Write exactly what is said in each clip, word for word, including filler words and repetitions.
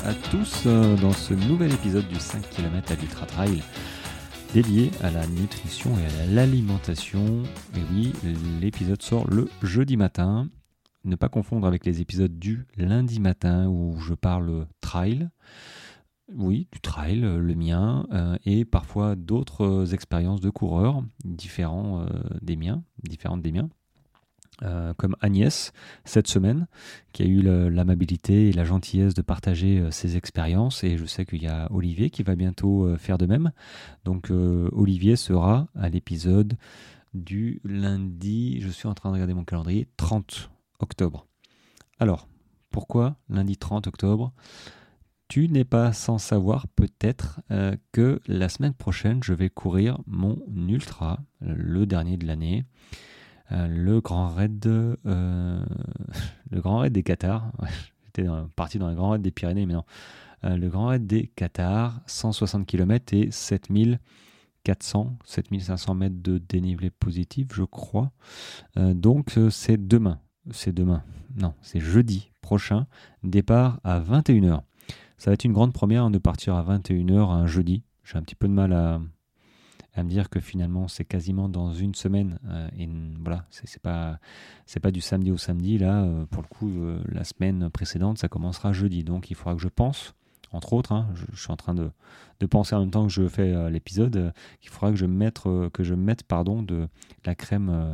à tous euh, dans ce nouvel épisode du cinq kilomètres à l'Ultra Trail dédié à la nutrition et à l'alimentation. Et oui, l'épisode sort le jeudi matin. Ne pas confondre avec les épisodes du lundi matin où je parle trail. Oui, du trail, le mien, euh, et parfois d'autres expériences de coureurs différents euh, des miens, différentes des miens. Euh, comme Agnès, cette semaine, qui a eu le, l'amabilité et la gentillesse de partager euh, ses expériences. Et je sais qu'il y a Olivier qui va bientôt euh, faire de même. Donc euh, Olivier sera à l'épisode du lundi, je suis en train de regarder mon calendrier, trente octobre. Alors, pourquoi lundi trente octobre ? Tu n'es pas sans savoir peut-être euh, que la semaine prochaine, je vais courir mon ultra, le dernier de l'année. Euh, le grand raid euh, le grand raid des Qatars. J'étais dans, parti dans le grand raid des Pyrénées, mais non. Euh, le grand raid des Qatars, cent soixante kilomètres et sept mille quatre cents, sept mille cinq cents mètres de dénivelé positif, je crois. Euh, donc euh, c'est demain. C'est demain. Non, c'est jeudi prochain. Départ à vingt et une heures. Ça va être une grande première de partir à vingt et une heures un jeudi. J'ai un petit peu de mal à... à me dire que finalement c'est quasiment dans une semaine euh, et voilà, c'est, c'est pas c'est pas du samedi au samedi là, euh, pour le coup euh, la semaine précédente ça commencera jeudi, donc il faudra que je pense, entre autres, hein, je, je suis en train de, de penser en même temps que je fais euh, l'épisode, euh, qu'il faudra que je mette euh, que je mette pardon de la crème euh,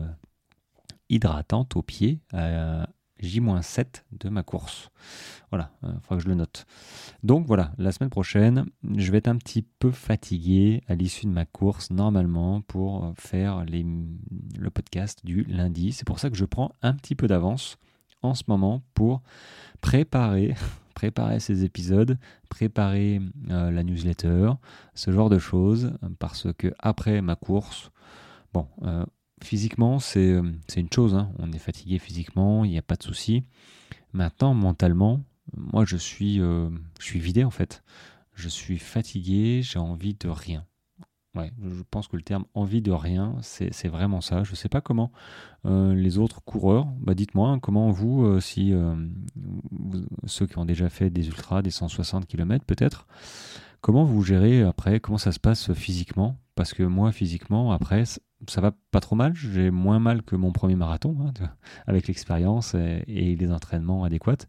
hydratante aux pieds à J sept de ma course. Voilà, il euh, faudra que je le note. Donc voilà, la semaine prochaine, je vais être un petit peu fatigué à l'issue de ma course, normalement, pour faire les, le podcast du lundi. C'est pour ça que je prends un petit peu d'avance en ce moment pour préparer, préparer ces épisodes, préparer euh, la newsletter, ce genre de choses, parce que après ma course, bon... Euh, physiquement, c'est, c'est une chose, hein. On est fatigué physiquement, il n'y a pas de souci. Maintenant, mentalement, moi, je suis, euh, je suis vidé, en fait. Je suis fatigué, j'ai envie de rien. Ouais, je pense que le terme « envie de rien », c'est, c'est vraiment ça. Je ne sais pas comment euh, les autres coureurs, bah dites-moi, hein, comment vous, euh, si euh, vous, ceux qui ont déjà fait des ultras, des cent soixante kilomètres peut-être, comment vous gérez après, comment ça se passe physiquement ? Parce que moi, physiquement, après, ça va pas trop mal. J'ai moins mal que mon premier marathon, hein, avec l'expérience et, et les entraînements adéquats.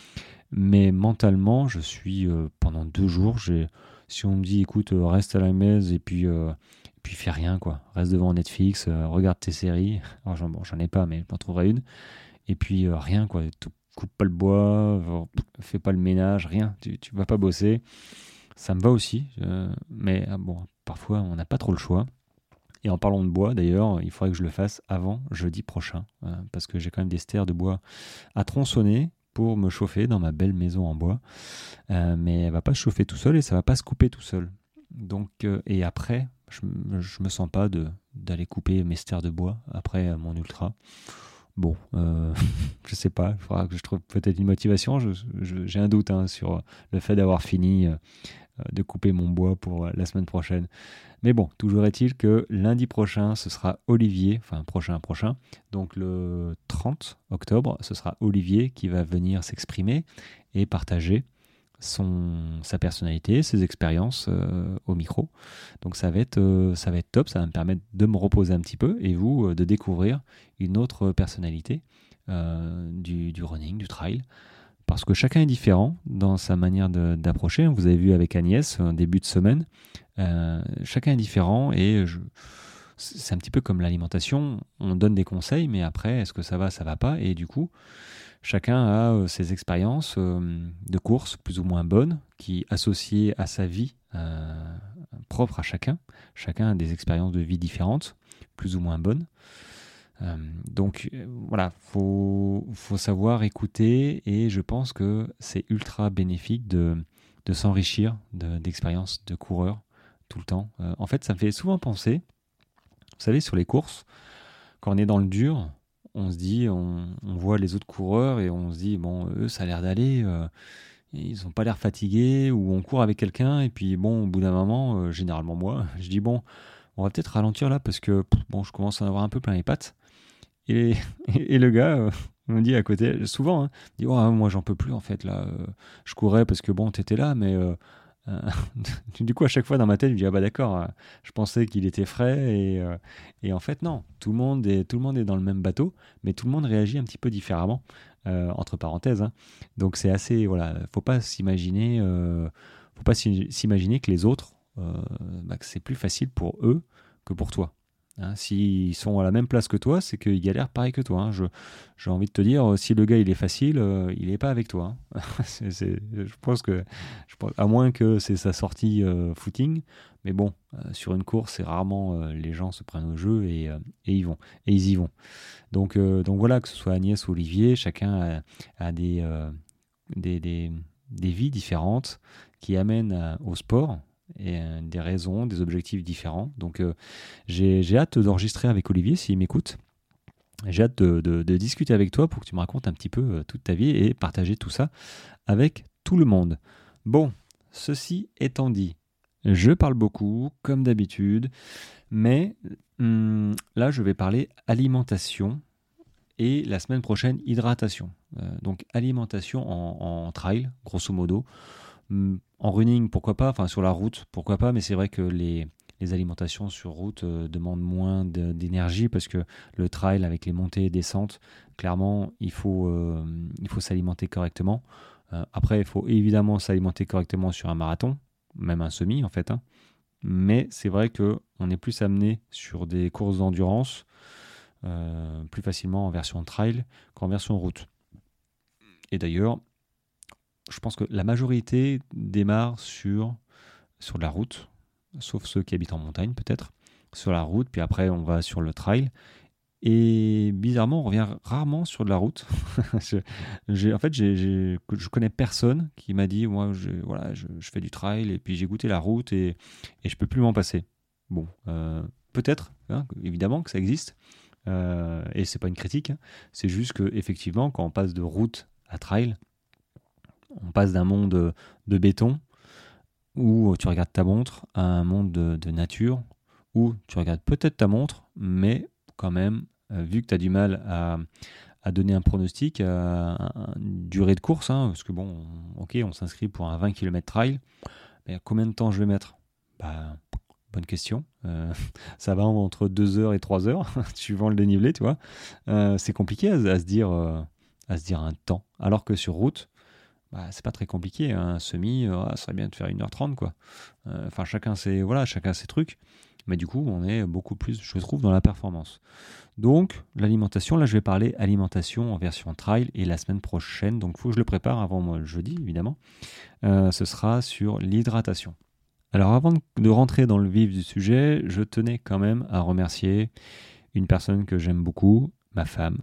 Mais mentalement, je suis, euh, pendant deux jours, j'ai, si on me dit, écoute, euh, reste à la maison et puis, euh, et puis fais rien, quoi. Reste devant Netflix, euh, regarde tes séries. Alors, j'en, bon, j'en ai pas, mais j'en trouverai une. Et puis, euh, rien, quoi. Tu coupe pas le bois, euh, fais pas le ménage, rien. Tu, tu vas pas bosser. Ça me va aussi, euh, mais ah bon, parfois on n'a pas trop le choix. Et en parlant de bois, d'ailleurs, il faudrait que je le fasse avant jeudi prochain, euh, parce que j'ai quand même des stères de bois à tronçonner pour me chauffer dans ma belle maison en bois. Euh, mais elle va pas se chauffer tout seul et ça va pas se couper tout seul. Donc, euh, et après, je, je me sens pas de, d'aller couper mes stères de bois après euh, mon ultra. Bon, euh, je sais pas, il faudra que je trouve peut-être une motivation. Je, je, j'ai un doute hein, sur le fait d'avoir fini euh, de couper mon bois pour la semaine prochaine. Mais bon, toujours est-il que lundi prochain, ce sera Olivier, enfin prochain, prochain, donc le trente octobre, ce sera Olivier qui va venir s'exprimer et partager son, sa personnalité, ses expériences euh, au micro. Donc ça va être, euh, ça va être top, ça va me permettre de me reposer un petit peu et vous, euh, de découvrir une autre personnalité euh, du, du running, du trail. Parce que chacun est différent dans sa manière de, d'approcher. Vous avez vu avec Agnès, en début de semaine, euh, chacun est différent et je, c'est un petit peu comme l'alimentation. On donne des conseils, mais après, est-ce que ça va, ça va pas ? Et du coup, chacun a euh, ses expériences euh, de course plus ou moins bonnes qui, associées à sa vie euh, propre à chacun. Chacun a des expériences de vie différentes, plus ou moins bonnes. Euh, donc euh, voilà, faut faut savoir écouter et je pense que c'est ultra bénéfique de de s'enrichir de, d'expériences de coureurs tout le temps. Euh, en fait, ça me fait souvent penser, vous savez, sur les courses, quand on est dans le dur, on se dit, on, on voit les autres coureurs et on se dit bon, eux, ça a l'air d'aller. Euh, ils n'ont pas l'air fatigués ou on court avec quelqu'un et puis bon, au bout d'un moment, euh, généralement moi, je dis bon, on va peut-être ralentir là parce que bon, je commence à en avoir un peu plein les pattes. Et, et le gars, euh, On me dit à côté, souvent, hein, on dit oh, moi j'en peux plus en fait là. Euh, je courais parce que bon, t'étais là, mais euh, euh, du coup à chaque fois dans ma tête, je me dis ah bah d'accord, euh, je pensais qu'il était frais et, euh, et en fait non, tout le monde est tout le monde est dans le même bateau, mais tout le monde réagit un petit peu différemment euh, entre parenthèses. Hein. Donc c'est assez voilà, faut pas s'imaginer, euh, faut pas s'imaginer que les autres, euh, bah, que c'est plus facile pour eux que pour toi. Hein, s'ils sont à la même place que toi, c'est qu'ils galèrent pareil que toi. Hein. Je, j'ai envie de te dire, si le gars il est facile, euh, il n'est pas avec toi. Hein. c'est, c'est, je pense que, je pense, à moins que c'est sa sortie euh, footing, mais bon, euh, sur une course, c'est rarement euh, les gens se prennent au jeu et, euh, et ils vont, et ils y vont. Donc, euh, donc voilà, que ce soit Agnès ou Olivier, chacun a, a des, euh, des, des, des vies différentes qui amènent à- au sport et euh, des raisons, des objectifs différents. Donc euh, j'ai, j'ai hâte d'enregistrer avec Olivier s'il m'écoute. J'ai hâte de, de- de discuter avec toi pour que tu me racontes un petit peu euh, toute ta vie et partager tout ça avec tout le monde. Bon, ceci étant dit, je parle beaucoup, comme d'habitude, mais hum, là je vais parler alimentation et la semaine prochaine hydratation. Euh, donc alimentation en, en trail, grosso modo. Hum, En running, pourquoi pas, enfin sur la route, pourquoi pas, mais c'est vrai que les, les alimentations sur route euh, demandent moins de- d'énergie parce que le trail avec les montées et descentes, clairement, il faut, euh, il faut s'alimenter correctement. Euh, après, il faut évidemment s'alimenter correctement sur un marathon, même un semi en fait. Hein. Mais c'est vrai que on est plus amené sur des courses d'endurance euh, plus facilement en version trail qu'en version route. Et d'ailleurs, je pense que la majorité démarre sur, sur de la route, sauf ceux qui habitent en montagne peut-être, sur la route, puis après on va sur le trail. Et bizarrement, on revient rarement sur de la route. je, j'ai, en fait, j'ai, j'ai, je connais personne qui m'a dit, moi, je, voilà, je, je fais du trail et puis j'ai goûté la route et, et je peux plus m'en passer. Bon, euh, peut-être, hein, évidemment que ça existe, euh, et c'est pas une critique. Hein, c'est juste que effectivement, quand on passe de route à trail, on passe d'un monde de béton où tu regardes ta montre à un monde de, de nature où tu regardes peut-être ta montre, mais quand même, euh, vu que tu as du mal à, à donner un pronostic, à, à une durée de course, hein, parce que bon, ok, on s'inscrit pour un vingt kilomètres trail, mais combien de temps je vais mettre? Bah, bonne question. Euh, ça va entre deux heures et trois heures, suivant le dénivelé, tu vois. Euh, c'est compliqué à, à se dire, euh, à se dire un temps. Alors que sur route, bah, c'est pas très compliqué. Hein. Un semi, euh, ça serait bien de faire une heure trente, quoi. Euh, Enfin, chacun ses, voilà, chacun ses trucs. Mais du coup, on est beaucoup plus, je trouve, dans la performance. Donc, l'alimentation, là, je vais parler alimentation en version trail et la semaine prochaine. Donc, il faut que je le prépare avant moi, le jeudi, évidemment. Euh, ce sera sur l'hydratation. Alors, avant de rentrer dans le vif du sujet, je tenais quand même à remercier une personne que j'aime beaucoup, ma femme,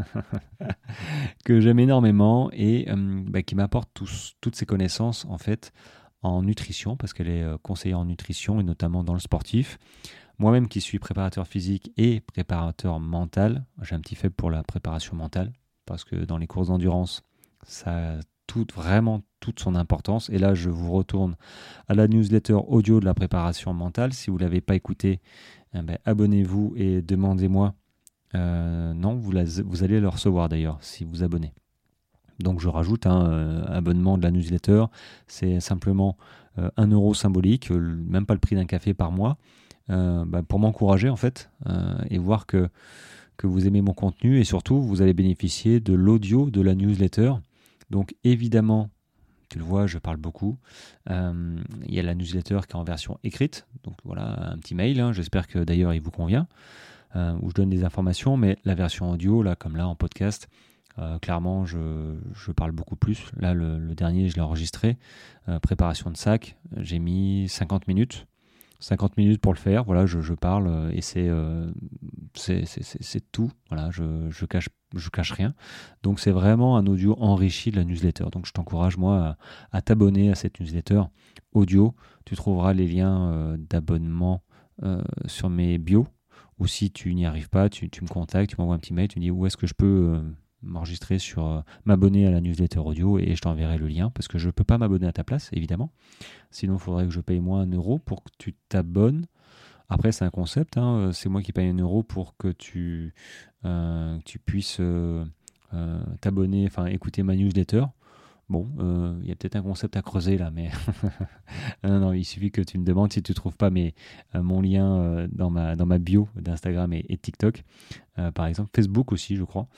que j'aime énormément et euh, bah, qui m'apporte tous, toutes ses connaissances en fait en nutrition parce qu'elle est euh, conseillère en nutrition et notamment dans le sportif. Moi-même qui suis préparateur physique et préparateur mental, j'ai un petit faible pour la préparation mentale parce que dans les courses d'endurance, ça a tout, vraiment toute son importance. Et là, je vous retourne à la newsletter audio de la préparation mentale. Si vous ne l'avez pas écouté, eh ben, abonnez-vous et demandez-moi. Euh, non, vous, la, vous allez le recevoir d'ailleurs si vous abonnez. Donc je rajoute un euh, abonnement de la newsletter, c'est simplement euh, un euro symbolique, euh, même pas le prix d'un café par mois, euh, bah, pour m'encourager en fait euh, et voir que, que vous aimez mon contenu et surtout vous allez bénéficier de l'audio de la newsletter. Donc évidemment, tu le vois, je parle beaucoup. Euh, il y a la newsletter qui est en version écrite, donc voilà un petit mail, hein, j'espère que d'ailleurs il vous convient. Euh, où je donne des informations, mais la version audio, là, comme là en podcast, euh, clairement, je, je parle beaucoup plus. Là, le, le dernier, je l'ai enregistré. Euh, préparation de sac, j'ai mis cinquante minutes. cinquante minutes pour le faire, voilà, je, je parle euh, et c'est, euh, c'est, c'est, c'est, c'est tout. Voilà, je, je, cache, je cache rien. Donc, c'est vraiment un audio enrichi de la newsletter. Donc, je t'encourage, moi, à, à t'abonner à cette newsletter audio. Tu trouveras les liens euh, d'abonnement euh, sur mes bios. Ou si tu n'y arrives pas, tu, tu me contactes, tu m'envoies un petit mail, tu me dis où est-ce que je peux euh, m'enregistrer sur euh, m'abonner à la newsletter audio et je t'enverrai le lien parce que je ne peux pas m'abonner à ta place, évidemment. Sinon, il faudrait que je paye moi un euro pour que tu t'abonnes. Après, c'est un concept, hein, c'est moi qui paye un euro pour que tu, euh, tu puisses euh, euh, t'abonner, enfin écouter ma newsletter. Bon, il euh, y a peut-être un concept à creuser là, mais non, non, il suffit que tu me demandes si tu ne trouves pas mes, euh, mon lien euh, dans, ma, dans ma bio d'Instagram et, et TikTok, euh, par exemple, Facebook aussi, je crois.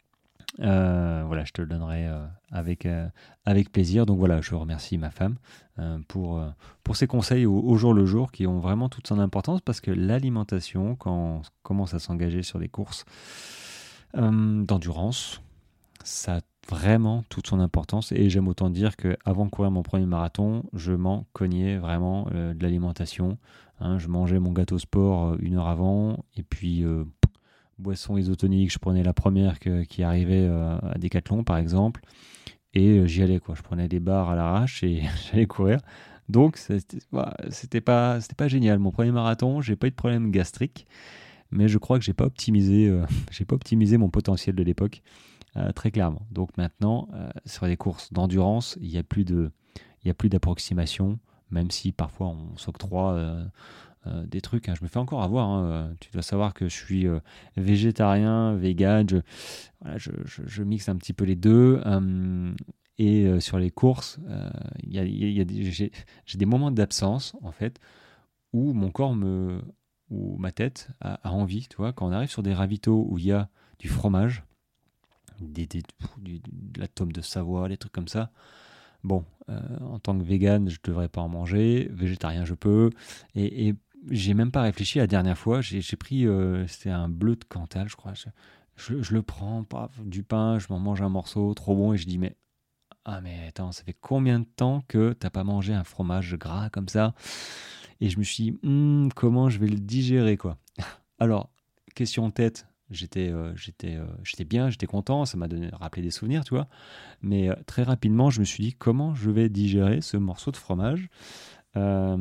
Euh, voilà, je te le donnerai euh, avec, euh, avec plaisir. Donc voilà, je remercie ma femme euh, pour, euh, pour ses conseils au, au jour le jour qui ont vraiment toute son importance parce que l'alimentation, quand on commence à s'engager sur des courses euh, d'endurance, ça a vraiment toute son importance et j'aime autant dire qu'avant de courir mon premier marathon, je m'en cognais vraiment euh, de l'alimentation. Hein, je mangeais mon gâteau sport euh, une heure avant et puis euh, boisson isotonique, je prenais la première que, qui arrivait euh, à Decathlon par exemple et euh, j'y allais quoi. Je prenais des barres à l'arrache et j'allais courir. Donc c'était, bah, c'était pas c'était pas génial. Mon premier marathon, j'ai pas eu de problème gastrique, mais je crois que j'ai pas optimisé euh, j'ai pas optimisé mon potentiel de l'époque. Euh, très clairement. Donc maintenant, euh, sur les courses d'endurance, il n'y a plus de, il y a plus d'approximation, même si parfois on s'octroie euh, euh, des trucs. Hein. Je me fais encore avoir. Hein. Tu dois savoir que je suis euh, végétarien, vegan. Je, voilà, je, je, je mixe un petit peu les deux. Euh, et euh, sur les courses, euh, y a, y a des, j'ai, j'ai des moments d'absence en fait où mon corps me, où ma tête a, a envie. Tu vois, quand on arrive sur des ravitaux où il y a du fromage. Des, des, du, de la tome de Savoie, des trucs comme ça. Bon, euh, en tant que vegan, je ne devrais pas en manger. Végétarien, je peux. Et, et j'ai même pas réfléchi. La dernière fois, j'ai, j'ai pris, euh, c'était un bleu de Cantal, je crois. Je, je, je le prends, paf, du pain, je m'en mange un morceau, trop bon. Et je dis, mais, ah, mais attends, ça fait combien de temps que tu n'as pas mangé un fromage gras comme ça? Et je me suis dit, hm, comment je vais le digérer, quoi. Alors, question tête. J'étais, euh, j'étais, euh, j'étais bien, j'étais content, ça m'a donné, rappelé des souvenirs, tu vois. Mais euh, très rapidement, je me suis dit comment je vais digérer ce morceau de fromage. Euh,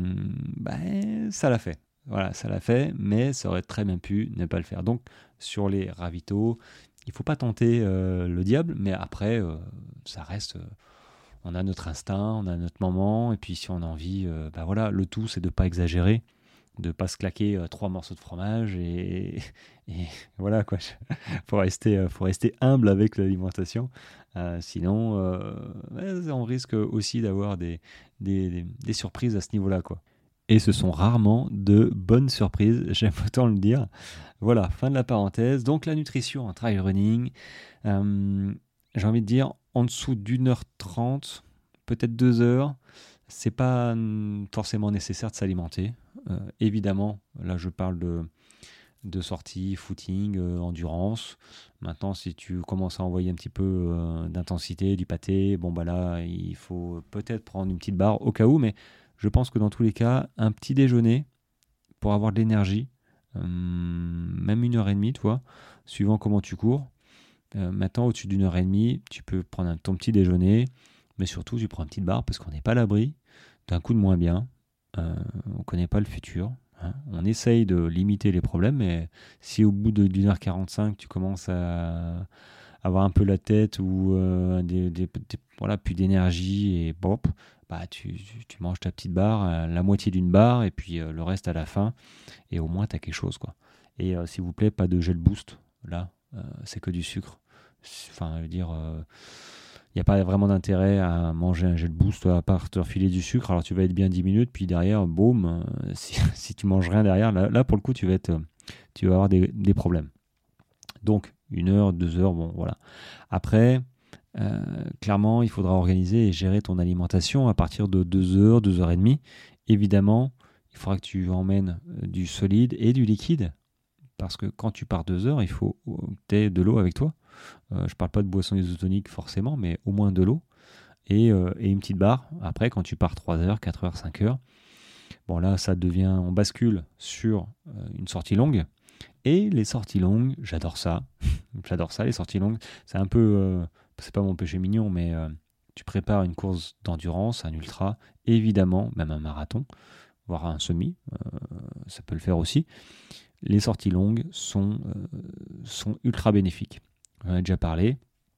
ben, ça l'a fait. Voilà, ça l'a fait, mais ça aurait très bien pu ne pas le faire. Donc, sur les ravitaux, il ne faut pas tenter euh, le diable, mais après, euh, ça reste. Euh, on a notre instinct, on a notre moment, et puis si on a envie, euh, ben voilà, le tout, c'est de ne pas exagérer de pas se claquer euh, trois morceaux de fromage et, et voilà quoi. faut rester, euh, faut rester humble avec l'alimentation. Euh, sinon, euh, ouais, on risque aussi d'avoir des, des, des, des surprises à ce niveau-là quoi. Et ce sont rarement de bonnes surprises, j'aime autant le dire. Voilà, fin de la parenthèse. Donc la nutrition en trail running, euh, j'ai envie de dire en dessous d'une heure trente, peut-être deux heures. C'est pas forcément nécessaire de s'alimenter. Euh, évidemment, là je parle de, de sortie, footing, euh, endurance. Maintenant, si tu commences à envoyer un petit peu euh, d'intensité, du pâté, bon bah là, il faut peut-être prendre une petite barre au cas où, mais je pense que dans tous les cas, un petit déjeuner pour avoir de l'énergie, euh, même une heure et demie, tu vois, suivant comment tu cours. Euh, maintenant, au-dessus d'une heure et demie, tu peux prendre un, ton petit déjeuner, mais surtout, tu prends une petite barre parce qu'on n'est pas à l'abri d'un coup de moins bien. Euh, on ne connaît pas le futur. Hein. On essaye de limiter les problèmes, mais si au bout de, d'une heure quarante-cinq, tu commences à avoir un peu la tête ou euh, des, des, des, voilà, plus d'énergie et bop, bah, tu, tu manges ta petite barre, euh, la moitié d'une barre et puis euh, le reste à la fin. Et au moins, tu as quelque chose. Quoi. Et euh, s'il vous plaît, pas de gel boost. Là, euh, c'est que du sucre. Enfin, je veux dire... Euh, il n'y a pas vraiment d'intérêt à manger un gel boost à part te refiler du sucre. Alors tu vas être bien dix minutes, puis derrière, boum, euh, si, si tu manges rien derrière, là, là pour le coup, tu vas, être, tu vas avoir des, des problèmes. Donc, une heure, deux heures, bon, voilà. Après, euh, clairement, il faudra organiser et gérer ton alimentation à partir de deux heures, deux heures trente. Évidemment, il faudra que tu emmènes du solide et du liquide. Parce que quand tu pars deux heures, il faut que tu aies de l'eau avec toi. Euh, je ne parle pas de boisson isotonique forcément, mais au moins de l'eau et, euh, et une petite barre. Après, quand tu pars trois heures, quatre heures, cinq heures, bon là, ça devient, on bascule sur euh, une sortie longue. Et les sorties longues, j'adore ça. j'adore ça, les sorties longues. C'est un peu, euh, c'est pas mon péché mignon, mais euh, tu prépares une course d'endurance, un ultra, évidemment, même un marathon, voire un semi, euh, ça peut le faire aussi. Les sorties longues sont, euh, sont ultra bénéfiques. On en a déjà parlé.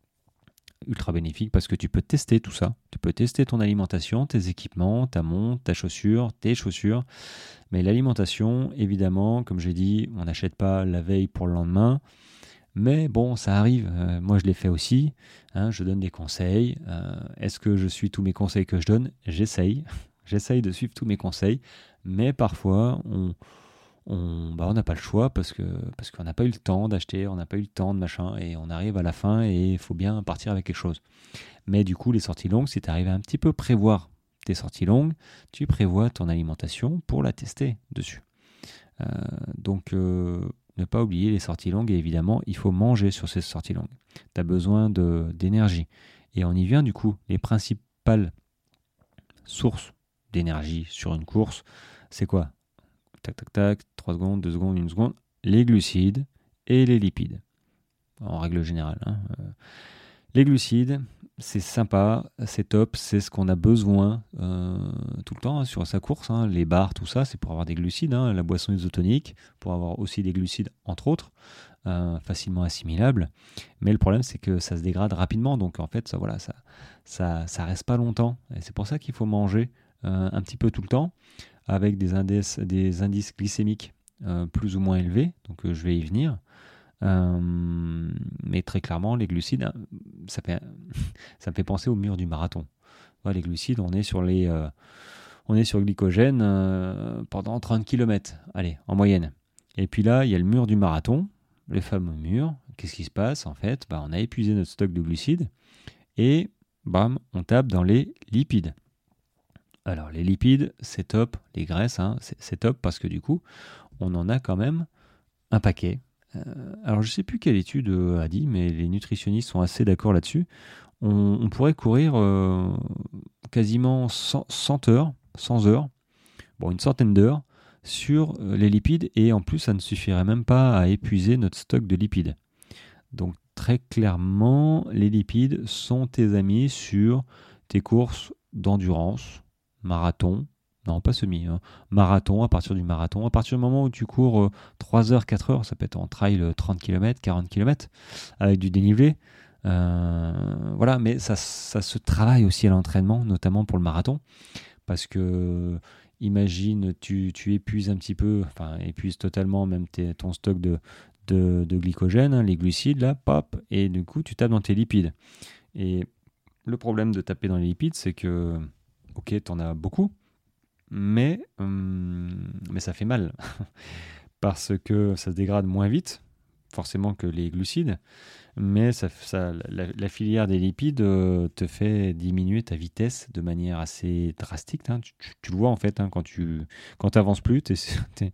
Ultra bénéfique parce que tu peux tester tout ça. Tu peux tester ton alimentation, tes équipements, ta montre, ta chaussure, tes chaussures. Mais l'alimentation, évidemment, comme j'ai dit, on n'achète pas la veille pour le lendemain. Mais bon, ça arrive. Euh, moi, je l'ai fait aussi. Hein, je donne des conseils. Euh, est-ce que je suis tous mes conseils que je donne? J'essaye. J'essaye de suivre tous mes conseils. Mais parfois, on on bah, on n'a pas le choix parce que parce qu'on n'a pas eu le temps d'acheter, on n'a pas eu le temps de machin, et on arrive à la fin et il faut bien partir avec quelque chose. Mais du coup, les sorties longues, si tu arrives à un petit peu prévoir tes sorties longues, tu prévois ton alimentation pour la tester dessus. Euh, donc, euh, ne pas oublier les sorties longues, et évidemment, il faut manger sur ces sorties longues. Tu as besoin de, d'énergie. Et on y vient du coup, les principales sources d'énergie sur une course, c'est quoi? Tac, tac, tac, trois secondes, deux secondes, une seconde, les glucides et les lipides, en règle générale. Hein. Euh, les glucides, c'est sympa, c'est top, c'est ce qu'on a besoin euh, tout le temps hein, sur sa course. Hein. Les bars, tout ça, c'est pour avoir des glucides, hein, la boisson isotonique, pour avoir aussi des glucides, entre autres, euh, facilement assimilables. Mais le problème, c'est que ça se dégrade rapidement, donc en fait, ça, voilà, ça, ça, ça reste pas longtemps. Et c'est pour ça qu'il faut manger euh, un petit peu tout le temps, avec des indices, des indices glycémiques euh, plus ou moins élevés, donc euh, je vais y venir. Euh, mais très clairement, les glucides, ça, fait, ça me fait penser au mur du marathon. Ouais, les glucides, on est sur, les, euh, on est sur le glycogène euh, pendant trente kilomètres, allez, en moyenne. Et puis là, il y a le mur du marathon, le fameux mur. Qu'est-ce qui se passe en fait? Bah, on a épuisé notre stock de glucides et bam, on tape dans les lipides. Alors les lipides, c'est top, les graisses, hein, c'est, c'est top parce que du coup, on en a quand même un paquet. Euh, alors je ne sais plus quelle étude euh, a dit, mais les nutritionnistes sont assez d'accord là-dessus. On, on pourrait courir euh, quasiment cent, cent heures, cent heures, bon une centaine d'heures sur euh, les lipides, et en plus ça ne suffirait même pas à épuiser notre stock de lipides. Donc très clairement, les lipides sont tes amis sur tes courses d'endurance, marathon, non pas semi, hein. Marathon, à partir du marathon, à partir du moment où tu cours euh, trois heures, quatre heures, ça peut être en trail euh, trente kilomètres, quarante kilomètres, avec du dénivelé, euh, voilà, mais ça, ça se travaille aussi à l'entraînement, notamment pour le marathon, parce que imagine, tu, tu épuises un petit peu, enfin épuises totalement même tes, ton stock de, de, de glycogène, hein, les glucides, là, pop, et du coup tu tapes dans tes lipides. Et le problème de taper dans les lipides, c'est que, ok, tu en as beaucoup, mais, hum, mais ça fait mal, parce que ça se dégrade moins vite, forcément, que les glucides, mais ça, ça, la, la filière des lipides euh, te fait diminuer ta vitesse de manière assez drastique. Hein. Tu, tu, tu le vois en fait, hein, quand tu quand avances plus, tu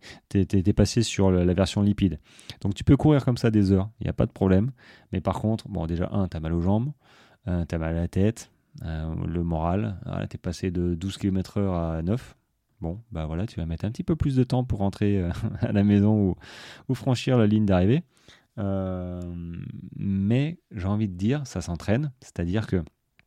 es passé sur la, la version lipide. Donc tu peux courir comme ça des heures, il n'y a pas de problème. Mais par contre, bon, déjà, un, tu as mal aux jambes, euh, tu as mal à la tête, euh, le moral, voilà, tu es passé de douze kilomètres heure à neuf. Bon, bah voilà, tu vas mettre un petit peu plus de temps pour rentrer euh, à la maison ou, ou franchir la ligne d'arrivée. Euh, mais j'ai envie de dire, ça s'entraîne, c'est-à-dire que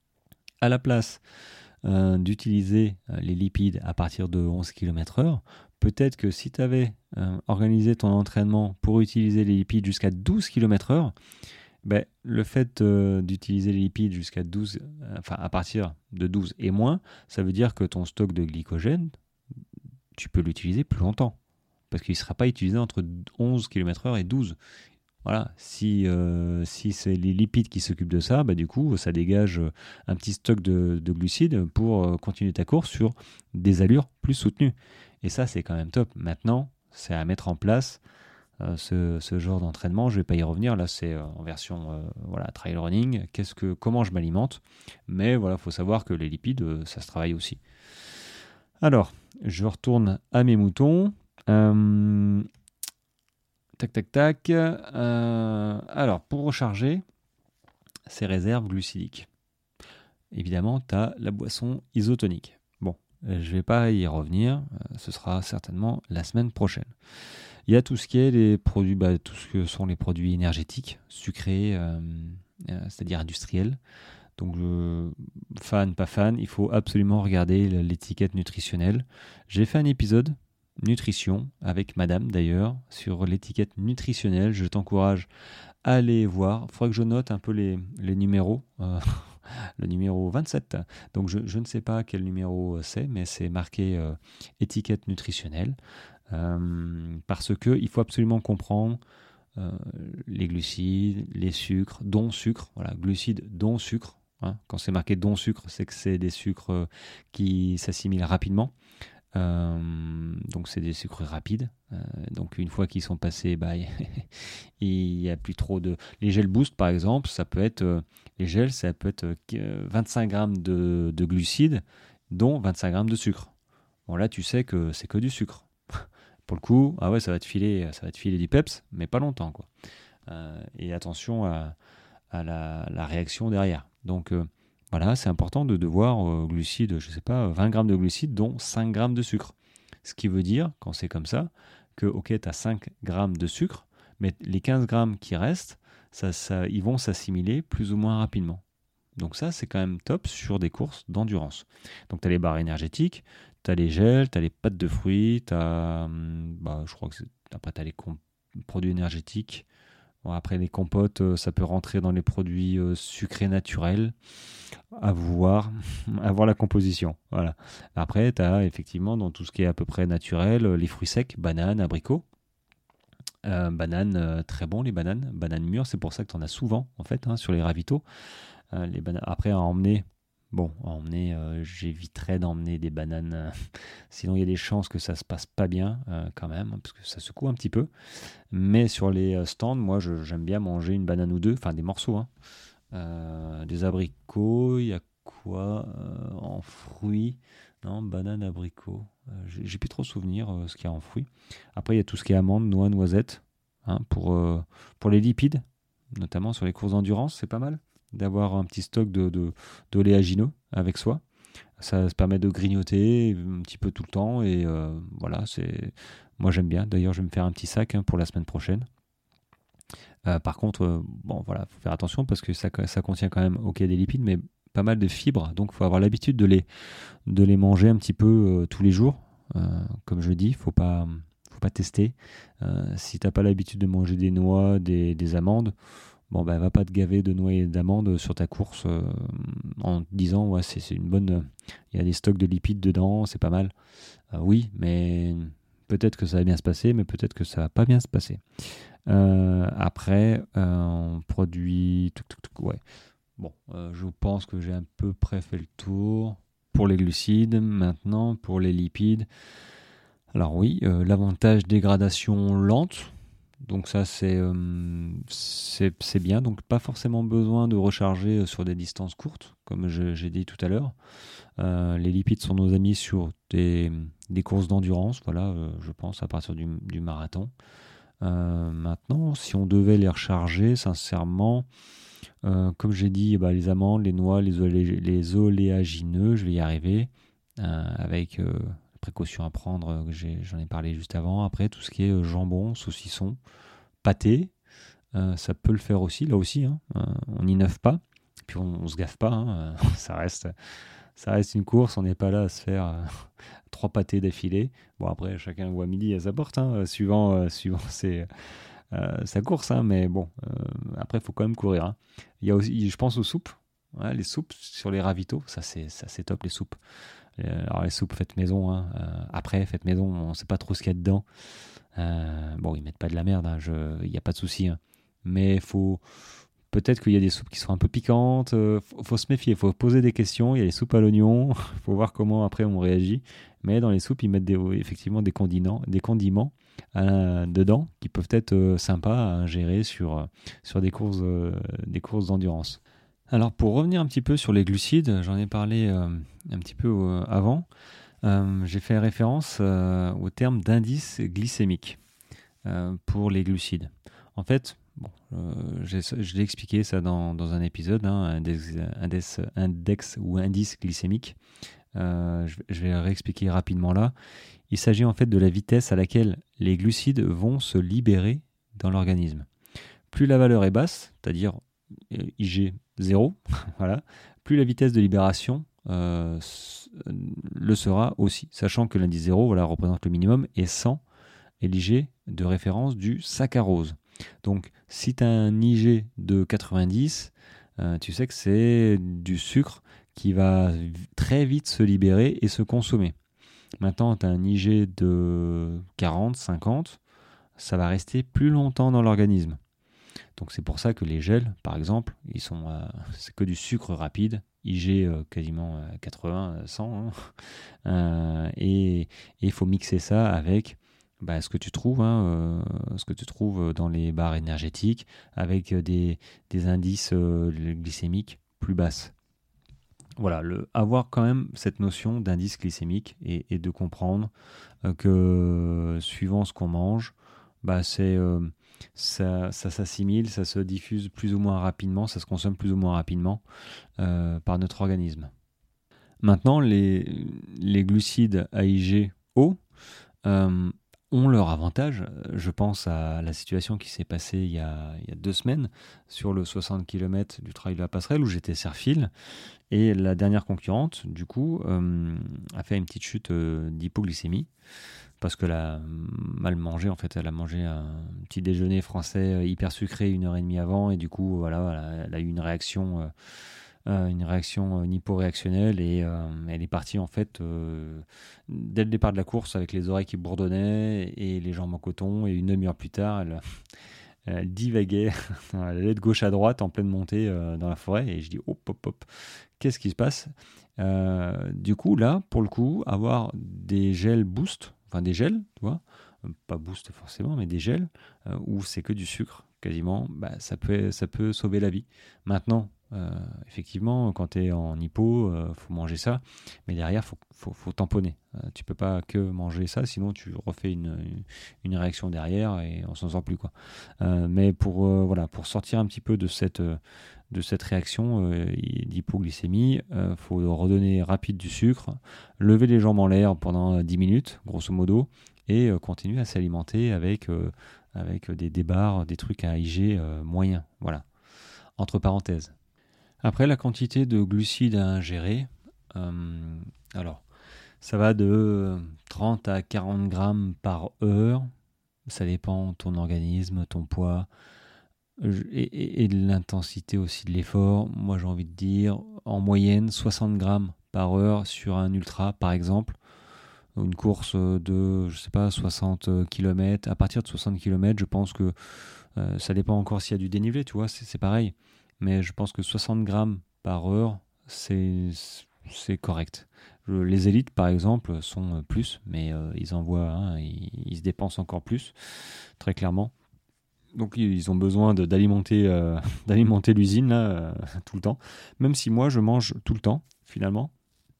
à la place euh, d'utiliser euh, les lipides à partir de onze kilomètres heure, peut-être que si tu avais euh, organisé ton entraînement pour utiliser les lipides jusqu'à douze kilomètres heure, ben, le fait euh, d'utiliser les lipides jusqu'à douze, euh, enfin à partir de douze et moins, ça veut dire que ton stock de glycogène, tu peux l'utiliser plus longtemps, parce qu'il ne sera pas utilisé entre onze kilomètres heure et douze. Voilà, si, euh, si c'est les lipides qui s'occupent de ça, bah du coup, ça dégage un petit stock de, de glucides pour continuer ta course sur des allures plus soutenues. Et ça, c'est quand même top. Maintenant, c'est à mettre en place euh, ce, ce genre d'entraînement. Je ne vais pas y revenir. Là, c'est euh, en version euh, voilà, trail running. Qu'est-ce que, comment je m'alimente? Mais voilà, il faut savoir que les lipides, euh, ça se travaille aussi. Alors, je retourne à mes moutons. Euh, Tac, tac, tac. Euh, alors, pour recharger ces réserves glucidiques, évidemment, tu as la boisson isotonique. Bon, je ne vais pas y revenir. Ce sera certainement la semaine prochaine. Il y a tout ce qui est les produits, bah, tout ce que sont les produits énergétiques, sucrés, euh, euh, c'est-à-dire industriels. Donc, euh, fan, pas fan, il faut absolument regarder l'étiquette nutritionnelle. J'ai fait un épisode nutrition avec madame d'ailleurs sur l'étiquette nutritionnelle. Je t'encourage à aller voir. Il faudra que je note un peu les, les numéros. Euh, le numéro vingt-sept. Donc je, je ne sais pas quel numéro c'est, mais c'est marqué euh, étiquette nutritionnelle. Euh, parce qu'il faut absolument comprendre euh, les glucides, les sucres, dont sucre, voilà, glucides, dont sucre. Hein. Quand c'est marqué dont sucre, c'est que c'est des sucres qui s'assimilent rapidement. Euh, donc c'est des sucres rapides. Euh, donc une fois qu'ils sont passés, bah, il n'y a plus trop de... Les gels boost par exemple, ça peut être... Euh, les gels, ça peut être euh, vingt-cinq grammes de, de glucides, dont vingt-cinq grammes de sucre. Bon là tu sais que c'est que du sucre. Pour le coup, ah ouais, ça va te filer, ça va te filer du peps, mais pas longtemps, quoi. Euh, et attention à, à la, la réaction derrière. Donc euh, voilà, c'est important de devoir euh, glucides, je sais pas, vingt grammes de glucides, dont cinq grammes de sucre. Ce qui veut dire, quand c'est comme ça, que ok, tu as cinq grammes de sucre, mais les quinze grammes qui restent, ça, ça, ils vont s'assimiler plus ou moins rapidement. Donc ça, c'est quand même top sur des courses d'endurance. Donc tu as les barres énergétiques, tu as les gels, tu as les pâtes de fruits, tu as, bah, je crois que c'est, après tu as les comp- produits énergétiques. Bon, après les compotes, euh, ça peut rentrer dans les produits euh, sucrés naturels. À voir, à voir la composition. Voilà. Après, tu as effectivement dans tout ce qui est à peu près naturel, euh, les fruits secs, bananes, abricots. Euh, bananes, euh, très bon les bananes. Bananes mûres, c'est pour ça que tu en as souvent en fait hein, sur les ravitaux. Euh, les bananes. Après, à emmener, bon, à emmener, euh, j'éviterais d'emmener des bananes. euh, sinon, il y a des chances que ça se passe pas bien euh, quand même, hein, parce que ça secoue un petit peu. Mais sur les euh, stands, moi, je- j'aime bien manger une banane ou deux, enfin des morceaux. Hein. Euh, des abricots, il y a quoi euh, en fruits? Non, banane, abricot. Euh, j'ai, j'ai plus trop souvenir euh, ce qu'il y a en fruits. Après, il y a tout ce qui est amandes, noix, noisettes. Hein, pour, euh, pour les lipides, notamment sur les courses d'endurance, c'est pas mal d'avoir un petit stock de, de, d'oléagineux avec soi. Ça se permet de grignoter un petit peu tout le temps et euh, voilà, c'est moi j'aime bien. D'ailleurs, je vais me faire un petit sac hein, pour la semaine prochaine. Euh, par contre, euh, bon voilà, faut faire attention parce que ça, ça contient quand même ok des lipides, mais pas mal de fibres. Donc, il faut avoir l'habitude de les de les manger un petit peu euh, tous les jours. Euh, comme je dis, faut pas faut pas tester. Euh, si t'as pas l'habitude de manger des noix, des, des amandes, bon ben va pas te gaver de noix et d'amandes sur ta course euh, en te disant ouais c'est, c'est une bonne, il y a des stocks de lipides dedans, c'est pas mal. Euh, oui, mais peut-être que ça va bien se passer, mais peut-être que ça va pas bien se passer. Euh, après, euh, on produit, touc, touc, touc, ouais. Bon, euh, je pense que j'ai à peu près fait le tour pour les glucides. Maintenant, pour les lipides. Alors oui, euh, l'avantage dégradation lente. Donc ça, c'est, euh, c'est, c'est bien. Donc pas forcément besoin de recharger sur des distances courtes, comme je, j'ai dit tout à l'heure. Euh, les lipides sont nos amis sur des, des courses d'endurance, voilà, euh, je pense, à partir du, du marathon. Euh, maintenant, si on devait les recharger, sincèrement, euh, comme j'ai dit, bah, les amandes, les noix, les, olé- les oléagineux, je vais y arriver, euh, avec euh, précautions à prendre, euh, que j'ai- j'en ai parlé juste avant. Après, tout ce qui est euh, jambon, saucisson, pâté, euh, ça peut le faire aussi, là aussi, hein. Euh, on n'innove pas, puis on, on se gaffe pas, hein. Euh, ça reste, ça reste une course, on n'est pas là à se faire euh, trois pâtés d'affilée. Bon, après, chacun voit midi à sa porte, hein, euh, suivant, euh, suivant ses, euh, sa course, hein, mais bon, euh, après, il faut quand même courir. Hein. Il y a aussi, je pense aux soupes, ouais, les soupes sur les ravitaux, ça c'est, ça c'est top les soupes. Euh, Alors les soupes faites maison, hein, euh, après faites maison, on ne sait pas trop ce qu'il y a dedans. Euh, bon, ils mettent pas de la merde, hein, il n'y a pas de souci, hein. Mais faut, peut-être qu'il y a des soupes qui sont un peu piquantes, euh, faut, faut se méfier, faut poser des questions. Il y a les soupes à l'oignon, faut voir comment après on réagit. Mais dans les soupes, ils mettent des, effectivement des condiments, des condiments euh, dedans qui peuvent être euh, sympas à ingérer sur, euh, sur des courses, euh, des courses d'endurance. Alors pour revenir un petit peu sur les glucides, j'en ai parlé euh, un petit peu euh, avant. Euh, j'ai fait référence euh, au terme d'indice glycémique euh, pour les glucides. En fait, bon, euh, j'ai, je l'ai expliqué ça dans, dans un épisode, hein, index, index, index ou indice glycémique. Euh, je, je vais le réexpliquer rapidement là. Il s'agit en fait de la vitesse à laquelle les glucides vont se libérer dans l'organisme. Plus la valeur est basse, c'est-à-dire I G zéro, voilà, plus la vitesse de libération euh, le sera aussi, sachant que l'indice zéro voilà, représente le minimum et cent est l'I G de référence du saccharose. Donc si tu as un I G de quatre-vingt-dix, euh, tu sais que c'est du sucre qui va très vite se libérer et se consommer. Maintenant, tu as un I G de quarante, cinquante, ça va rester plus longtemps dans l'organisme. Donc c'est pour ça que les gels, par exemple, ils sont, euh, c'est que du sucre rapide, I G euh, quasiment euh, quatre-vingts, cent, hein. euh, et il faut mixer ça avec bah, ce que tu trouves, hein, euh, ce que tu trouves dans les barres énergétiques, avec des, des indices euh, glycémiques plus basses. Voilà, le, avoir quand même cette notion d'indice glycémique et, et de comprendre euh, que suivant ce qu'on mange, bah c'est euh, ça, ça s'assimile, ça se diffuse plus ou moins rapidement, ça se consomme plus ou moins rapidement euh, par notre organisme. Maintenant, les, les glucides A I G hauts euh, ont leur avantage. Je pense à la situation qui s'est passée il y a, il y a deux semaines sur le soixante kilomètres du Trail de la Passerelle où j'étais serre-file. Et la dernière concurrente, du coup, euh, a fait une petite chute euh, d'hypoglycémie parce qu'elle a mal mangé. En fait, elle a mangé un petit déjeuner français hyper sucré une heure et demie avant et du coup, voilà, elle a eu une réaction, euh, une réaction hyporéactionnelle et euh, elle est partie en fait euh, dès le départ de la course avec les oreilles qui bourdonnaient et les jambes en coton. Et une demi-heure plus tard, elle elle divaguait, elle allait de gauche à droite en pleine montée euh, dans la forêt et je dis hop hop hop, qu'est-ce qui se passe euh, Du coup là, pour le coup, avoir des gels boost, enfin des gels, tu vois, pas boost forcément, mais des gels euh, où c'est que du sucre quasiment, bah, ça peut ça peut sauver la vie. Maintenant, euh, effectivement, quand tu es en hypo, euh, faut manger ça, mais derrière faut faut, faut tamponner. Euh, tu peux pas que manger ça, sinon tu refais une, une, une réaction derrière et on s'en sort plus quoi. Euh, mais pour euh, voilà, pour sortir un petit peu de cette euh, de cette réaction euh, d'hypoglycémie, il euh, faut redonner rapide du sucre, lever les jambes en l'air pendant dix minutes, grosso modo, et euh, continuer à s'alimenter avec, euh, avec des, des barres, des trucs à I G euh, moyens. Voilà, entre parenthèses. Après, la quantité de glucides à ingérer, euh, alors, ça va de trente à quarante grammes par heure. Ça dépend de ton organisme, ton poids et, et, et de l'intensité aussi de l'effort. Moi, j'ai envie de dire en moyenne soixante grammes par heure sur un ultra, par exemple. Une course de, je sais pas, soixante kilomètres. À partir de soixante kilomètres, je pense que euh, ça dépend encore s'il y a du dénivelé, tu vois, c'est, c'est pareil. Mais je pense que soixante grammes par heure, c'est, c'est correct. Les élites, par exemple, sont plus, mais euh, ils envoient, hein, ils, ils se dépensent encore plus, très clairement. Donc ils ont besoin de, d'alimenter, euh, d'alimenter l'usine là, euh, tout le temps. Même si moi, je mange tout le temps, finalement.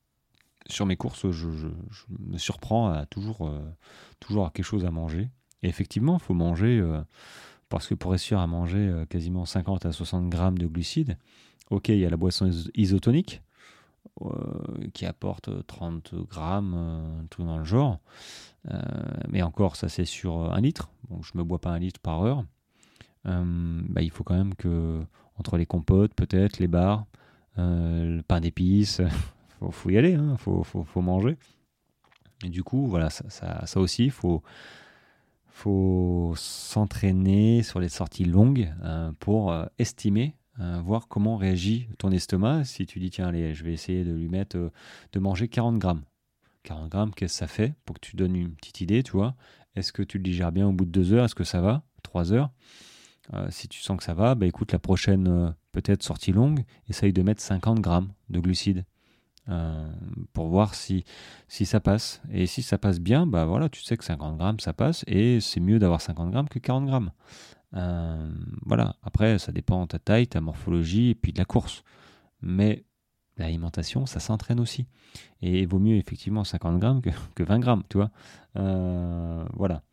Sur mes courses, je, je, je me surprends à toujours, euh, toujours avoir quelque chose à manger. Et effectivement, il faut manger, euh, parce que pour réussir à manger euh, quasiment cinquante à soixante grammes de glucides, ok, il y a la boisson isotonique, euh, qui apporte trente grammes, euh, un truc dans le genre. Euh, mais encore, ça c'est sur un litre. Donc je ne me bois pas un litre par heure. Euh, bah, il faut quand même que, entre les compotes, peut-être, les bars, euh, le pain d'épices, faut, faut y aller, hein, faut, faut, faut manger. Et du coup, voilà, ça, ça, ça aussi, il faut, faut s'entraîner sur les sorties longues euh, pour euh, estimer, euh, voir comment réagit ton estomac. Si tu dis, tiens, allez, je vais essayer de lui mettre, euh, de manger quarante grammes. quarante grammes, qu'est-ce que ça fait pour que tu donnes une petite idée, tu vois. Est-ce que tu le digères bien au bout de deux heures? Est-ce que ça va? Trois heures? Euh, si tu sens que ça va, bah écoute, la prochaine euh, peut-être sortie longue, essaye de mettre cinquante grammes de glucides euh, pour voir si, si ça passe. Et si ça passe bien, bah voilà, tu sais que cinquante grammes ça passe et c'est mieux d'avoir cinquante grammes que quarante grammes. Euh, voilà, après ça dépend de ta taille, ta morphologie et puis de la course. Mais l'alimentation, ça s'entraîne aussi. Et il vaut mieux effectivement cinquante grammes que, que vingt grammes, tu vois. Euh, voilà.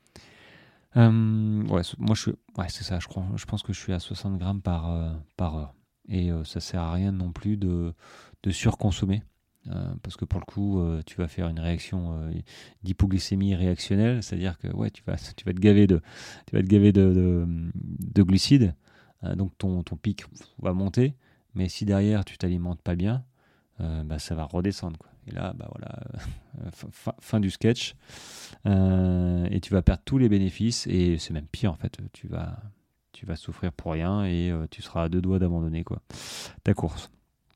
Euh, ouais, moi je suis, ouais, c'est ça, je crois. Je pense que je suis à soixante grammes par, euh, par heure. Et euh, ça sert à rien non plus de, de surconsommer. Euh, parce que pour le coup, euh, tu vas faire une réaction euh, d'hypoglycémie réactionnelle, c'est-à-dire que ouais, tu vas, tu vas te gaver de, tu vas te gaver de, de, de glucides, euh, donc ton, ton pic va monter. Mais si derrière tu t'alimentes pas bien, euh, bah, ça va redescendre, quoi. Et là, bah voilà, euh, fin, fin du sketch. Euh, et tu vas perdre tous les bénéfices. Et c'est même pire, en fait. Tu vas, tu vas souffrir pour rien et euh, tu seras à deux doigts d'abandonner, quoi, ta course.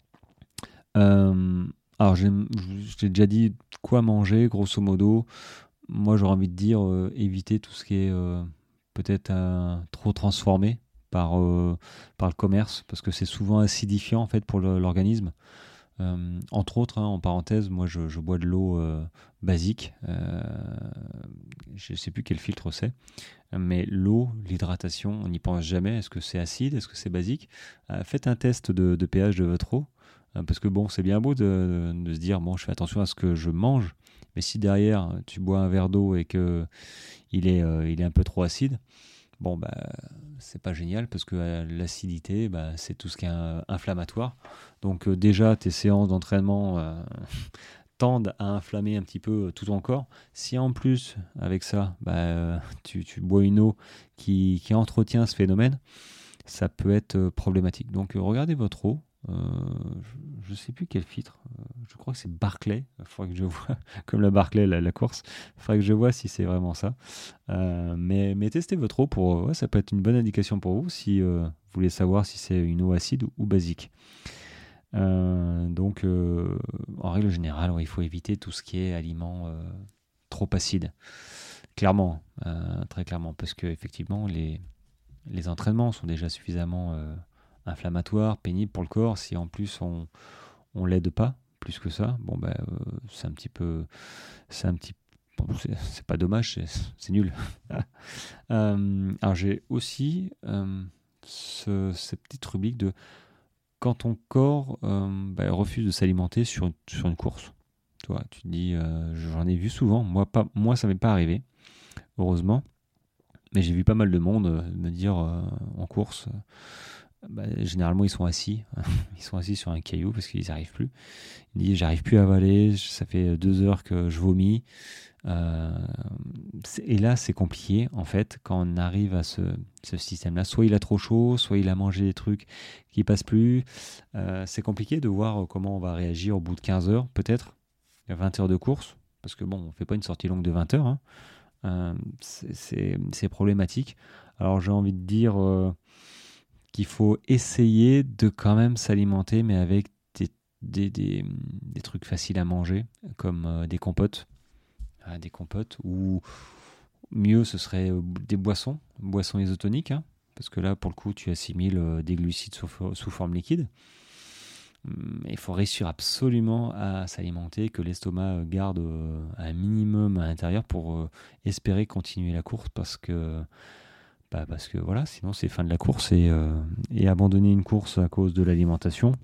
Euh, alors, j'ai, je t'ai déjà dit quoi manger, grosso modo. Moi, j'aurais envie de dire euh, éviter tout ce qui est euh, peut-être euh, trop transformés par, euh, par le commerce, parce que c'est souvent acidifiant en fait pour le, l'organisme. Euh, entre autres, hein, en parenthèse, moi je, je bois de l'eau euh, basique. Euh, je ne sais plus quel filtre c'est, mais l'eau, l'hydratation, on n'y pense jamais. Est-ce que c'est acide? Est-ce que c'est basique? Euh, Faites un test de, de pH de votre eau, euh, parce que bon, c'est bien beau de, de se dire bon, je fais attention à ce que je mange, mais si derrière tu bois un verre d'eau et que il est, euh, il est un peu trop acide, bon bah c'est pas génial parce que euh, l'acidité, bah, c'est tout ce qui est euh, inflammatoire. Donc euh, déjà tes séances d'entraînement euh, tendent à inflammer un petit peu euh, tout ton corps. Si en plus avec ça, bah, euh, tu, tu bois une eau qui, qui entretient ce phénomène, ça peut être euh, problématique. Donc euh, regardez votre eau. Euh, je ne sais plus quel filtre. Euh, je crois que c'est Barclay. Il faudrait que je vois, comme la Barclay, la, la course. Il faudrait que je vois si c'est vraiment ça. Euh, mais, mais testez votre eau pour. Ouais, ça peut être une bonne indication pour vous si euh, vous voulez savoir si c'est une eau acide ou, ou basique. Euh, donc, euh, en règle générale, ouais, il faut éviter tout ce qui est aliments euh, trop acides. Clairement, euh, très clairement, parce que effectivement, les, les entraînements sont déjà suffisamment euh, inflammatoires, pénibles pour le corps. Si en plus on on l'aide pas plus que ça, bon ben euh, c'est un petit peu, c'est un petit, bon, c'est, c'est pas dommage, c'est, c'est nul. euh, alors j'ai aussi euh, ce, cette petite rubrique de quand ton corps euh, ben, refuse de s'alimenter sur une, sur une course. Tu vois, tu te dis, euh, j'en ai vu souvent. Moi pas, moi ça m'est pas arrivé, heureusement. Mais j'ai vu pas mal de monde euh, me dire euh, en course, euh, bah, généralement ils sont assis, ils sont assis sur un caillou parce qu'ils n'y arrivent plus. Ils disent j'arrive plus à avaler, ça fait deux heures que je vomis. Euh, et là c'est compliqué en fait quand on arrive à ce, ce système-là. Soit il a trop chaud, soit il a mangé des trucs qui passent plus. Euh, c'est compliqué de voir comment on va réagir au bout de quinze heures peut-être, vingt heures de course. Parce que bon, on fait pas une sortie longue de vingt heures, hein. Euh, c'est, c'est, c'est problématique. Alors j'ai envie de dire euh, qu'il faut essayer de quand même s'alimenter, mais avec des, des, des, des trucs faciles à manger, comme euh, des compotes, euh, des compotes, ou mieux ce serait euh, des boissons, boissons isotoniques, hein, parce que là pour le coup tu assimiles euh, des glucides sous, sous forme liquide. Il faut réussir absolument à s'alimenter, que l'estomac garde euh, un minimum à l'intérieur pour euh, espérer continuer la course parce que, bah parce que voilà, sinon c'est fin de la course et, euh, et abandonner une course à cause de l'alimentation,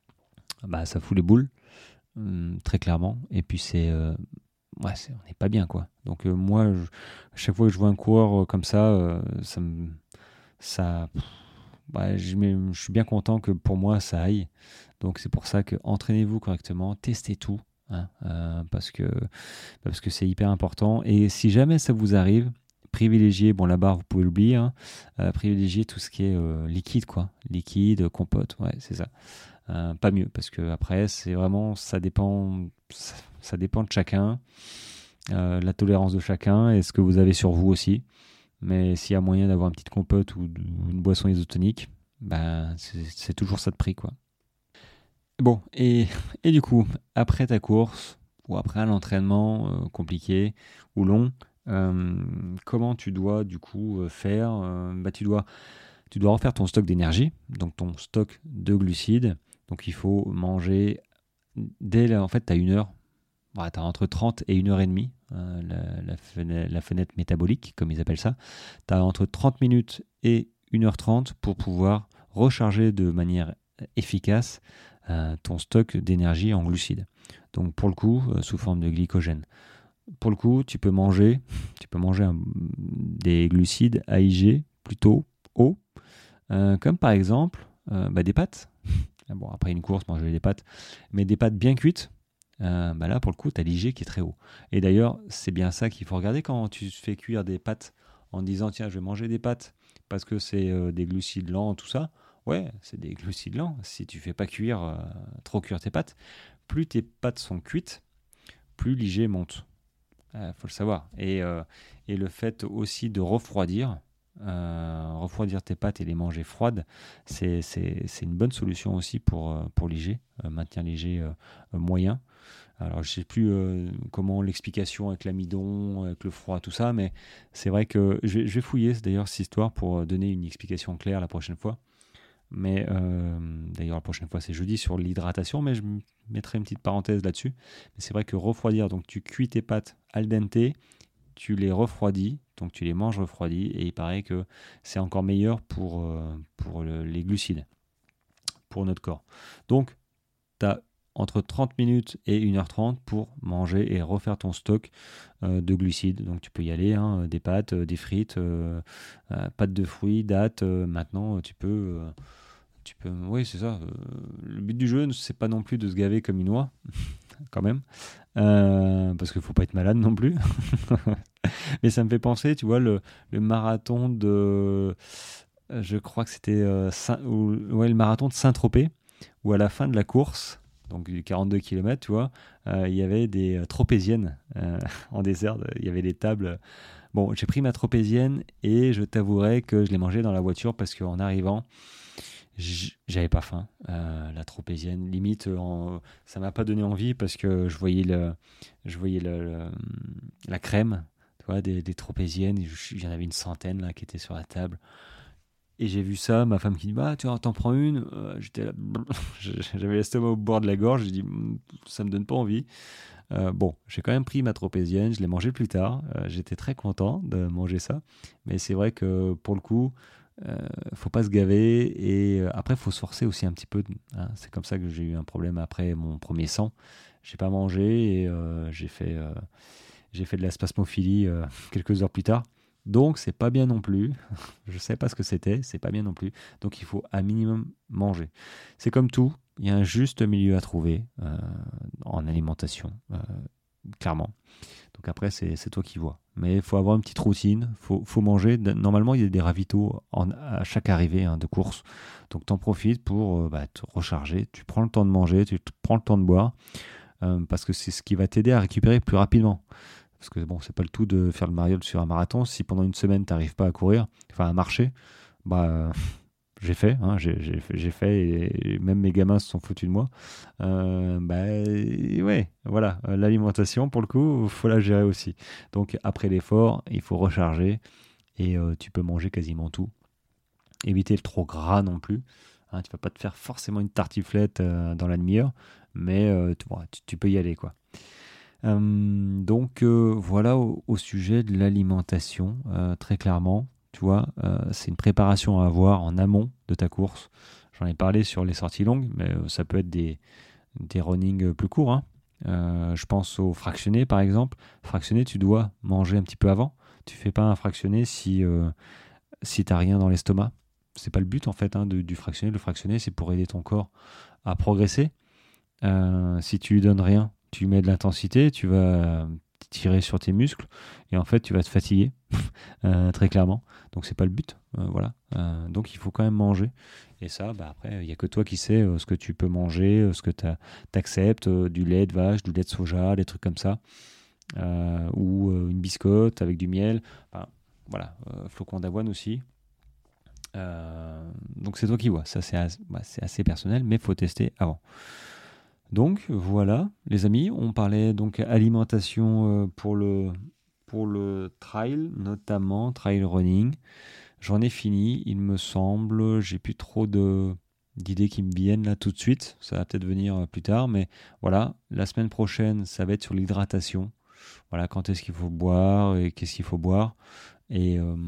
bah ça fout les boules, hum, très clairement. Et puis c'est, euh, ouais, c'est, on n'est pas bien quoi. Donc euh, moi, je, à chaque fois que je vois un coureur euh, comme ça, euh, ça me, ça, pff, ouais, je, je suis bien content que pour moi ça aille. Donc c'est pour ça que entraînez-vous correctement, testez tout, hein, euh, parce que parce que c'est hyper important. Et si jamais ça vous arrive, privilégiez, bon la barre vous pouvez l'oublier, hein, euh, privilégiez tout ce qui est euh, liquide quoi, liquide, compote, ouais c'est ça. Euh, pas mieux parce que après c'est vraiment ça dépend ça, ça dépend de chacun, euh, la tolérance de chacun et ce que vous avez sur vous aussi. Mais s'il y a moyen d'avoir une petite compote ou une boisson isotonique, ben c'est, c'est toujours ça de prix quoi. Bon, et, et du coup, après ta course, ou après un entraînement euh, compliqué ou long, euh, comment tu dois du coup euh, faire euh, bah, tu dois, tu dois refaire ton stock d'énergie, donc ton stock de glucides. Donc il faut manger dès la, en fait, tu as une heure, ouais, tu as entre trente et une heure et demie, euh, la, la, fenêtre, la fenêtre métabolique, comme ils appellent ça. Tu as entre trente minutes et une heure trente pour pouvoir recharger de manière efficace euh, ton stock d'énergie en glucides. Donc pour le coup, euh, sous forme de glycogène. Pour le coup, tu peux manger, tu peux manger un, des glucides A I G plutôt hauts, euh, comme par exemple euh, bah, des pâtes. Bon, après une course, manger des pâtes, mais des pâtes bien cuites. Euh, bah là, pour le coup, tu as l'I G qui est très haut. Et d'ailleurs, c'est bien ça qu'il faut regarder quand tu fais cuire des pâtes en disant tiens, je vais manger des pâtes parce que c'est euh, des glucides lents, tout ça. Ouais, c'est des glucides lents. Si tu fais pas cuire, euh, trop cuire tes pâtes, plus tes pâtes sont cuites, plus l'I G monte. Il euh, faut le savoir. Et, euh, et le fait aussi de refroidir euh, refroidir tes pâtes et les manger froides, c'est, c'est, c'est une bonne solution aussi pour, euh, pour léger, euh, maintien léger euh, euh, moyen. Alors je sais plus euh, comment l'explication avec l'amidon, avec le froid, tout ça, mais c'est vrai que je vais, je vais fouiller d'ailleurs cette histoire pour donner une explication claire la prochaine fois. Mais euh, d'ailleurs la prochaine fois c'est jeudi sur l'hydratation, mais je mettrai une petite parenthèse là-dessus. Mais c'est vrai que refroidir, donc tu cuis tes pâtes al dente, tu les refroidis, donc tu les manges refroidis, et il paraît que c'est encore meilleur pour, euh, pour le, les glucides, pour notre corps. Donc tu as entre trente minutes et une heure trente pour manger et refaire ton stock euh, de glucides. Donc tu peux y aller, hein, des pâtes, euh, des frites, euh, euh, pâtes de fruits, dattes. Euh, maintenant, tu peux... Euh, tu peux oui, c'est ça. Euh, le but du jeu, c'est pas non plus de se gaver comme une oie, quand même. Euh, parce qu'il ne faut pas être malade non plus. Mais ça me fait penser, tu vois, le, le marathon de... Je crois que c'était... Euh, Saint, ou, ouais, le marathon de Saint-Tropez, où à la fin de la course... donc du quarante-deux kilomètres, tu vois, euh, il y avait des euh, tropéziennes euh, en désert, il y avait des tables. Bon, j'ai pris ma tropézienne et je t'avouerai que je l'ai mangée dans la voiture parce qu'en arrivant, j'avais pas faim. Euh, la tropézienne, limite, en, ça m'a pas donné envie parce que je voyais, le, je voyais le, le, la crème, tu vois, des, des tropéziennes, il y en avait une centaine là qui étaient sur la table. Et j'ai vu ça, ma femme qui dit bah tu t'en prends une. Euh, j'étais là, j'avais l'estomac au bord de la gorge. J'ai dit ça me donne pas envie. Euh, bon, j'ai quand même pris ma tropézienne, je l'ai mangée plus tard. Euh, j'étais très content de manger ça, mais c'est vrai que pour le coup, euh, faut pas se gaver et euh, après faut se forcer aussi un petit peu. Hein. C'est comme ça que j'ai eu un problème après mon premier sang. J'ai pas mangé et euh, j'ai fait euh, j'ai fait de la spasmophilie euh, quelques heures plus tard. Donc, c'est pas bien non plus. Je ne sais pas ce que c'était, c'est pas bien non plus. Donc, il faut à minimum manger. C'est comme tout, il y a un juste milieu à trouver euh, en alimentation, euh, clairement. Donc après, c'est, c'est toi qui vois. Mais il faut avoir une petite routine, il faut, faut manger. Normalement, il y a des ravitaux en, à chaque arrivée hein, de course. Donc, tu en profites pour euh, bah, te recharger. Tu prends le temps de manger, tu prends le temps de boire, euh, parce que c'est ce qui va t'aider à récupérer plus rapidement. Parce que bon, c'est pas le tout de faire le mariole sur un marathon. Si pendant une semaine, tu n'arrives pas à courir, enfin à marcher, bah euh, j'ai fait, hein, j'ai, j'ai, j'ai fait et, et même mes gamins se sont foutus de moi. Euh, bah ouais, voilà, l'alimentation pour le coup, il faut la gérer aussi. Donc après l'effort, il faut recharger et euh, tu peux manger quasiment tout. Éviter le trop gras non plus. Hein, tu vas pas te faire forcément une tartiflette euh, dans la demi-heure, mais euh, tu, bon, tu, tu peux y aller quoi. Euh, donc euh, voilà au, au sujet de l'alimentation, euh, très clairement, tu vois, euh, c'est une préparation à avoir en amont de ta course. J'en ai parlé sur les sorties longues, mais euh, ça peut être des, des runnings plus courts. Hein. Euh, je pense au fractionné par exemple. Fractionné, tu dois manger un petit peu avant. Tu fais pas un fractionné si, euh, si tu n'as rien dans l'estomac. C'est pas le but en fait hein, de, du fractionné. Le fractionné, c'est pour aider ton corps à progresser. Euh, si tu lui donnes rien, tu mets de l'intensité, tu vas tirer sur tes muscles et en fait tu vas te fatiguer euh, très clairement. Donc c'est pas le but, euh, voilà. Euh, donc il faut quand même manger. Et ça, bah, après il y a que toi qui sais euh, ce que tu peux manger, euh, ce que tu acceptes, euh, du lait de vache, du lait de soja, des trucs comme ça, euh, ou euh, une biscotte avec du miel. Enfin, voilà, euh, flocons d'avoine aussi. Euh, donc c'est toi qui vois. Ça c'est assez, bah, c'est assez personnel, mais faut tester avant. Donc voilà, les amis, on parlait donc alimentation euh, pour le, pour le trail, notamment trail running. J'en ai fini, il me semble. J'ai plus trop de, d'idées qui me viennent là tout de suite. Ça va peut-être venir plus tard, mais voilà, la semaine prochaine, ça va être sur l'hydratation. Voilà, quand est-ce qu'il faut boire et qu'est-ce qu'il faut boire. Et euh,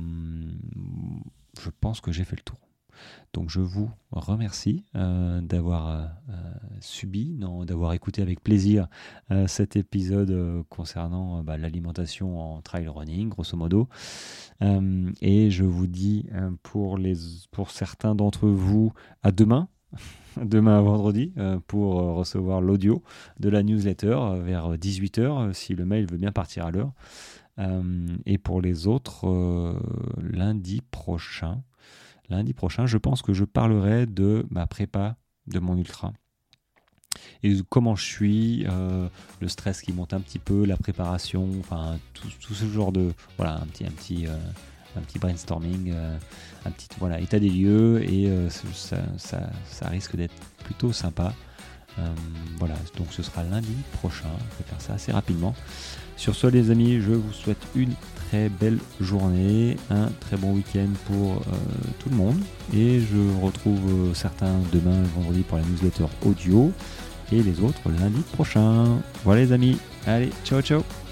je pense que j'ai fait le tour. Donc je vous remercie euh, d'avoir euh, subi, non, d'avoir écouté avec plaisir euh, cet épisode euh, concernant euh, bah, l'alimentation en trail running, grosso modo. Euh, et je vous dis euh, pour, les, pour certains d'entre vous à demain, demain à vendredi, euh, pour euh, recevoir l'audio de la newsletter euh, vers dix-huit heures, euh, si le mail veut bien partir à l'heure. Euh, et pour les autres, euh, lundi prochain. Lundi prochain, je pense que je parlerai de ma prépa de mon ultra et de comment je suis, euh, le stress qui monte un petit peu, la préparation, enfin tout, tout ce genre de voilà un petit un petit euh, un petit brainstorming, euh, un petit voilà, état des lieux, et euh, ça, ça, ça risque d'être plutôt sympa. Euh, voilà, donc ce sera lundi prochain, on va faire ça assez rapidement. Sur ce les amis, je vous souhaite une très belle journée, un très bon week-end pour euh, tout le monde, et je retrouve euh, certains demain, vendredi, pour la newsletter audio, et les autres lundi prochain. Voilà les amis, allez, ciao ciao.